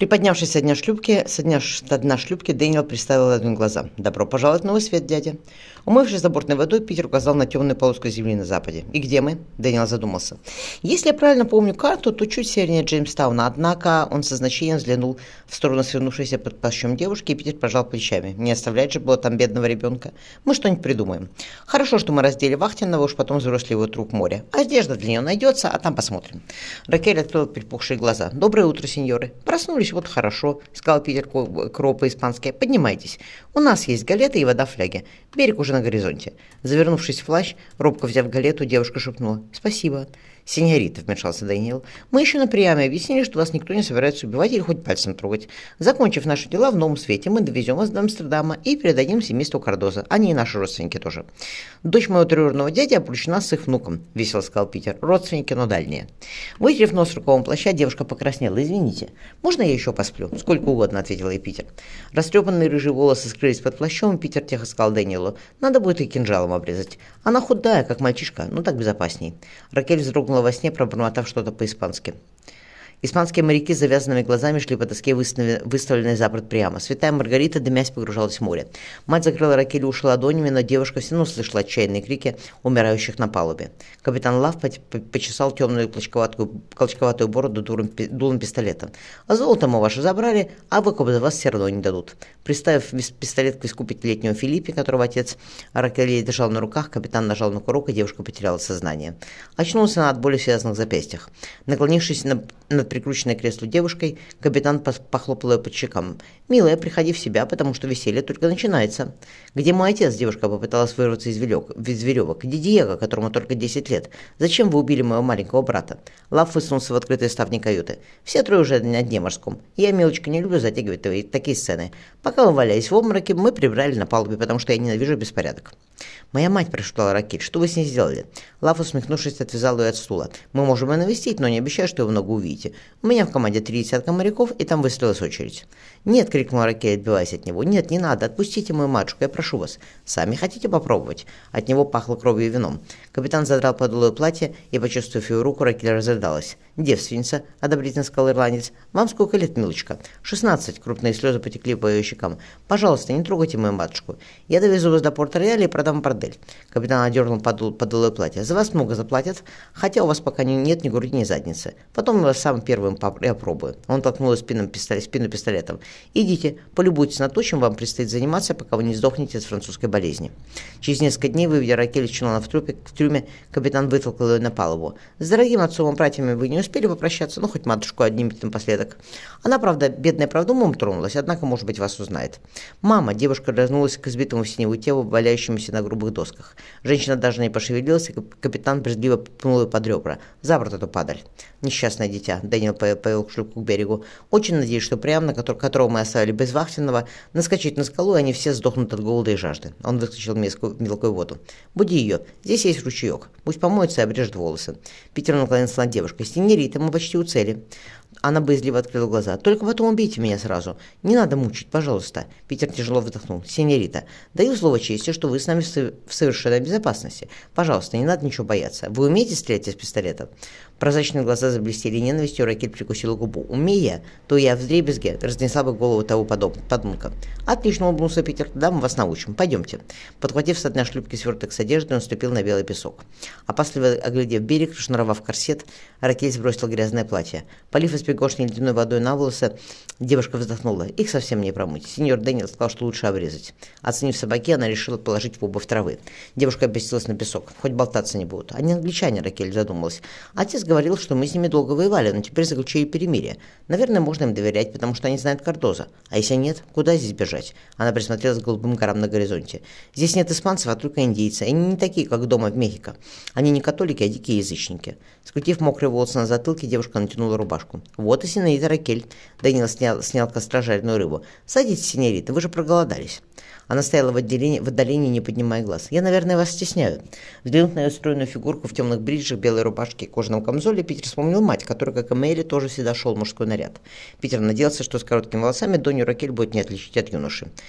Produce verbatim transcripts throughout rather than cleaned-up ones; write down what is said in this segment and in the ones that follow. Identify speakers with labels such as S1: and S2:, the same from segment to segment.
S1: Приподнявшись со дня шлюпки, со дня, со дна шлюпки, Дэниел приставил ладонь глаза. «Добро пожаловать в новый свет, дядя». Умывшись забортной водой, Питер указал на темную полоску земли на западе. «И где мы?» Дэниел задумался. «Если я правильно помню карту, то чуть севернее Джеймстауна, однако он со значением взглянул в сторону свернувшейся под плащом девушки, и Питер пожал плечами. Не оставлять же было там бедного ребенка. Мы что-нибудь придумаем. Хорошо, что мы раздели вахтенного, уж потом взросли его труп в море. Одежда для нее найдется, а там посмотрим». Ракель открыла припухшие глаза. «Доброе утро, сеньоры. Проснулись, вот хорошо», — сказал Питер Кроу по-испански. «Поднимайтесь. У нас есть галеты и вода в фляге. Берег уже на горизонте». Завернувшись в плащ, робко взяв галету, девушка шепнула: «Спасибо». «Сеньорита», — вмешался Дэниел, — «мы еще на приаме объяснили, что вас никто не собирается убивать или хоть пальцем трогать. Закончив наши дела в новом свете, мы довезем вас до Амстердама и передадим семейству Кардоза. Они и наши родственники тоже». «Дочь моего троюродного дяди обручена с их внуком», — весело сказал Питер. «Родственники, но дальние». Вытерев нос рукавом плаща, девушка покраснела. «Извините, можно я еще посплю?» «Сколько угодно», — ответила ей Питер. Растрепанные рыжие волосы скрылись под плащом, и Питер тихо сказал Дэниелу: «Надо будет и кинжалом обрезать. Она худая, как мальчишка, но так безопасней». Ракель вздрогнула во сне, пробормотав что-то по-испански. Испанские моряки с завязанными глазами шли по доске, выставленной за борт прямо. Святая Маргарита, дымясь, погружалась в море. Мать закрыла Ракель уши ладонями, но девушка все равно слышала отчаянные крики умирающих на палубе. Капитан Лав почесал темную клочковатую, клочковатую бороду дулом пистолета. «А золото мы ваше забрали, а выкуп за вас все равно не дадут». Приставив пистолет к виску пятилетнего Филиппе, которого отец Ракель держал на руках, капитан нажал на курок, и девушка потеряла сознание. Очнулась она от боли в связанных запястьях. Наклонившись на, над прикрученной к креслу девушкой, капитан похлопал ее по щекам. «Милая, приходи в себя, потому что веселье только начинается». «Где мой отец?» — девушка попыталась вырваться из, велек, из веревок. «Где Диего, которому только десять лет? Зачем вы убили моего маленького брата?» Лав высунулся в открытые ставни каюты. «Все трое уже на дне морском. Я, милочка, не люблю затягивать твои, такие сцены. Пока вы валялись в обмороке, мы прибрали на палубе, потому что я ненавижу беспорядок». «Моя мать», — прошептала Ракель, — «что вы с ней сделали?» Лав, усмехнувшись, отвязал ее от стула. «Мы можем ее навестить, но не обещаю, что вы много увидите. У меня в команде три десятка моряков, и там выстроилась очередь». «Нет», — крикнула Ракель, отбиваясь от него. «Нет, не надо, отпустите мою матушку, я прошу вас. Сами хотите попробовать?» От него пахло кровью и вином. Капитан задрал подолое платье, и, почувствовав ее руку, Ракель разрыдалась. «Девственница», — одобрительно сказал ирландец. «Вам сколько лет, милочка?» «Шестнадцать», — крупные слезы потекли по ее щекам. «Пожалуйста, не трогайте мою матушку. Я довезу вас до Порт-Рояля и продам бордель». Капитан одернул подолое платье. «За вас много заплатят, хотя у вас пока нет ни груди, ни задницы. Потом я вас самым первым я опробую». Он толкнул спину, пистолет, спину пистолетом. «Идите, полюбуйтесь на то, чем вам предстоит заниматься, пока вы не сдохнете от французской болезни». Через несколько дней, выведя Ракель из чулана в трюме, в трюме, капитан вытолкал ее на палубу. «С дорогим отцом и братьями вы не успели попрощаться, ну хоть матушку однимите напоследок». Она, правда, бедная, правда, умом тронулась, однако, может быть, вас узнает. «Мама», — девушка разнулась к избитому в синеву телу, валяющемуся на грубых досках. Женщина даже не пошевелилась, и капитан брезгливо пнул ее под ребра. «За борт эту падаль». «Несчастное дитя», — Дэниел повел шлюпку к берегу. «Очень надеюсь, что прямо, на который, которого мы оставили без вахтенного, наскочить на скалу, и они все сдохнут от голода и жажды». Он выскочил в мелкую воду. «Буди ее. Здесь есть ручеек. Пусть помоется и обрежет волосы». Питер наклонился над девушкой. «Синьорита, мы почти у цели». Она боязливо открыла глаза. «Только потом убейте меня сразу. Не надо мучить, пожалуйста». Питер тяжело вздохнул. «Синьорита, даю слово чести, что вы с нами в совершенной безопасности. Пожалуйста, не надо ничего бояться. Вы умеете стрелять из пистолета?» Прозрачные глаза заблестели ненавистью, Ракель прикусила губу. «Умея, то я вдребезги разнесла бы голову того подонка». «Отлично», — улыбнулся Питер. «Да, мы вас научим. Пойдемте». Подхватив с дна шлюпки сверток с одеждой, он ступил на белый песок. Опасливо оглядев берег, шнуровав корсет, Ракель сбросила грязное платье. Полив из пригоршни ледяной водой на волосы, девушка вздохнула. Их совсем не промыть. Сеньор Дэниел сказал, что лучше обрезать. Оценив собаки, она решила положить в обувь травы. Девушка опустилась на песок. Хоть болтаться не будут. Они англичане, Ракель задумалась. Отец говорил, что мы с ними долго воевали, но теперь заключили перемирие. Наверное, можно им доверять, потому что они знают Кардоза. А если нет, куда здесь бежать? Она присмотрелась к голубым горам на горизонте. Здесь нет испанцев, а только индейцы. Они не такие, как дома в Мехико. Они не католики, а дикие язычники. Скрутив мокрые волосы на затылке, девушка натянула рубашку. «Вот и сеньорита Ракель». Дэниел снял, снял с костра жареную рыбу. «Садитесь, сеньорита, вы же проголодались». Она стояла в отдалении, в отдалении, не поднимая глаз. «Я, наверное, вас стесняю». Взглянув на ее стройную фигурку в темных бриджах, белой рубашке и кожаном камзоле, Питер вспомнил мать, которая, как и Мэри, тоже всегда шел в мужской наряд. Питер надеялся, что с короткими волосами Донью Ракель будет не отличить от юноши.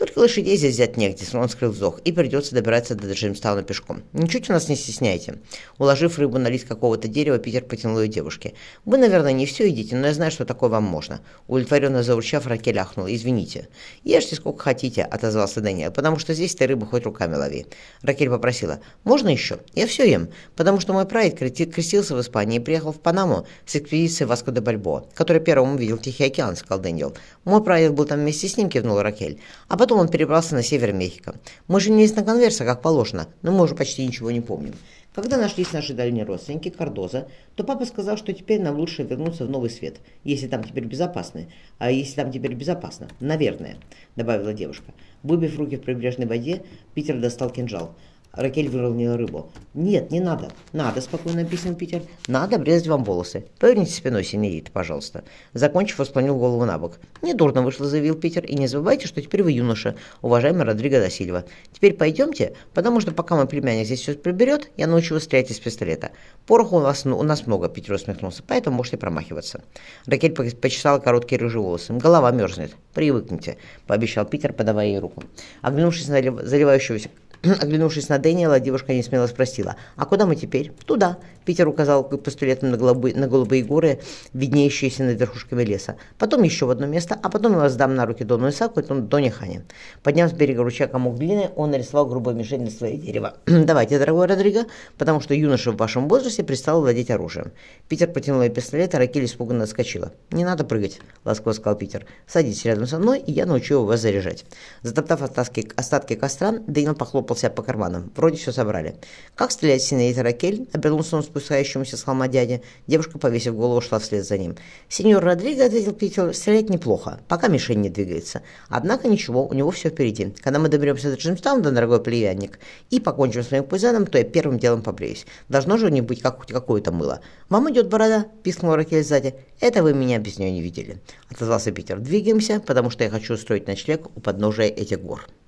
S1: Только лошадей здесь взять негде, он скрыл вздох, и придется добираться до Джеймстауна пешком. Ничуть у нас не стесняйте. Уложив рыбу на лист какого-то дерева, Питер потянул ее девушке. Вы, наверное, не все едите, но я знаю, что такое вам можно. Удовлетворенно заурчав, Ракель ахнула. Извините. Ешьте сколько хотите, отозвался Дэниел, потому что здесь ты рыбу хоть руками лови. Ракель попросила. Можно еще? Я все ем, потому что мой прадед крестился в Испании и приехал в Панаму с экспедицией Васко де Бальбоа, который первым увидел Тихий океан, сказал Дэниел. Мой прадед был там вместе с ним, кивнула Ракель. А потом он перебрался на север Мехико. Мы женились на конверсах, как положено, но мы уже почти ничего не помним. Когда нашлись наши дальние родственники, Кардоза, то папа сказал, что теперь нам лучше вернуться в Новый Свет, если там теперь безопасно. А если там теперь безопасно? Наверное, добавила девушка. Выбив руки в прибрежной воде, Питер достал кинжал. Ракель выровняла рыбу. «Нет, не надо». «Надо», — спокойно объяснил Питер. «Надо обрезать вам волосы. Поверните спиной, синьорит, пожалуйста». Закончив, он склонил голову на бок. «Недурно вышло», — заявил Питер. «И не забывайте, что теперь вы юноша, уважаемый Родриго да Сильва. Теперь пойдемте, потому что пока мой племянник здесь все приберет, я научу вас стрелять из пистолета. Пороху у нас, у нас много», — Питер усмехнулся, «поэтому можете промахиваться». Ракель почесала короткие рыжие волосы. «Голова мерзнет. Привыкните», — пообещал Питер, подавая ей руку. Оглянувшись на заливающегося Оглянувшись на Дэниела, девушка несмело спросила, «А куда мы теперь?» «Туда», — Питер указал пистолетом на, голубы, на голубые горы, виднеющиеся над верхушками леса. «Потом еще в одно место, а потом я вас дам на руки Дону Исаку и Доне Хане». Подняв с берега ручья комок глины, он нарисовал грубую мишень на свое дерево. «Давайте, дорогой Родриго, потому что юноша в вашем возрасте перестал владеть оружием». Питер протянул ей пистолет, а Ракель испуганно отскочила. «Не надо прыгать», — ласково сказал Питер. «Садитесь рядом со мной, и я научу вас заряжать». Затоптав остатки, остатки костра, Дэниел похлопал себя по карманам. Вроде все собрали. «Как стрелять, синьорита Ракель?» — обернулся он спускающемуся с холма дяде. Девушка, повесив голову, шла вслед за ним. «Сеньор Родриго», — ответил Питер, — «стрелять неплохо, пока мишень не двигается. Однако ничего, у него все впереди. Когда мы доберемся до Джеймстауна, дорогой племянник, и покончим с моим кузеном, то я первым делом побреюсь. Должно же у них быть как, какое-то мыло». «Вам идет борода?» — пискнула Ракель сзади. «Это вы меня без нее не видели», — отозвался Питер. «Двигаемся, потому что я хочу устроить ночлег у подножия этих гор».